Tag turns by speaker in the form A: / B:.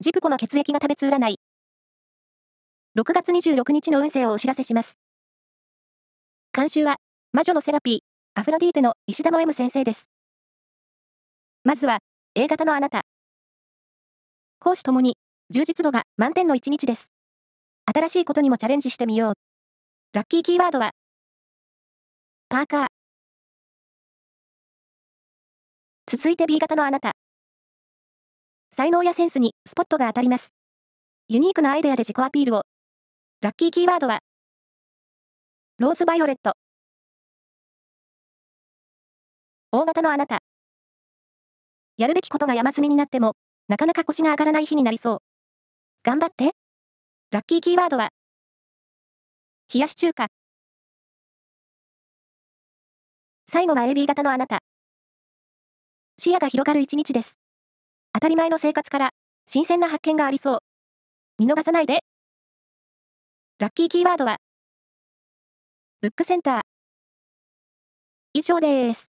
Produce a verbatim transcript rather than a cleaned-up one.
A: ジプコの血液が食べつ占い。ろくがつにじゅうろくにちの運勢をお知らせします。監修は、魔女のセラピー、アフロディーテの石田の M 先生です。まずは、A 型のあなた。講師ともに、充実度が満点の一日です。新しいことにもチャレンジしてみよう。ラッキーキーワードは、パーカー。続いて B 型のあなた。才能やセンスにスポットが当たります。ユニークなアイデアで自己アピールを。ラッキーキーワードは、ローズバイオレット。O 型のあなた。やるべきことが山積みになっても、なかなか腰が上がらない日になりそう。頑張って。ラッキーキーワードは、冷やし中華。最後は エービー 型のあなた。視野が広がる一日です。当たり前の生活から、新鮮な発見がありそう。見逃さないで。ラッキーキーワードは、ブックセンター。以上です。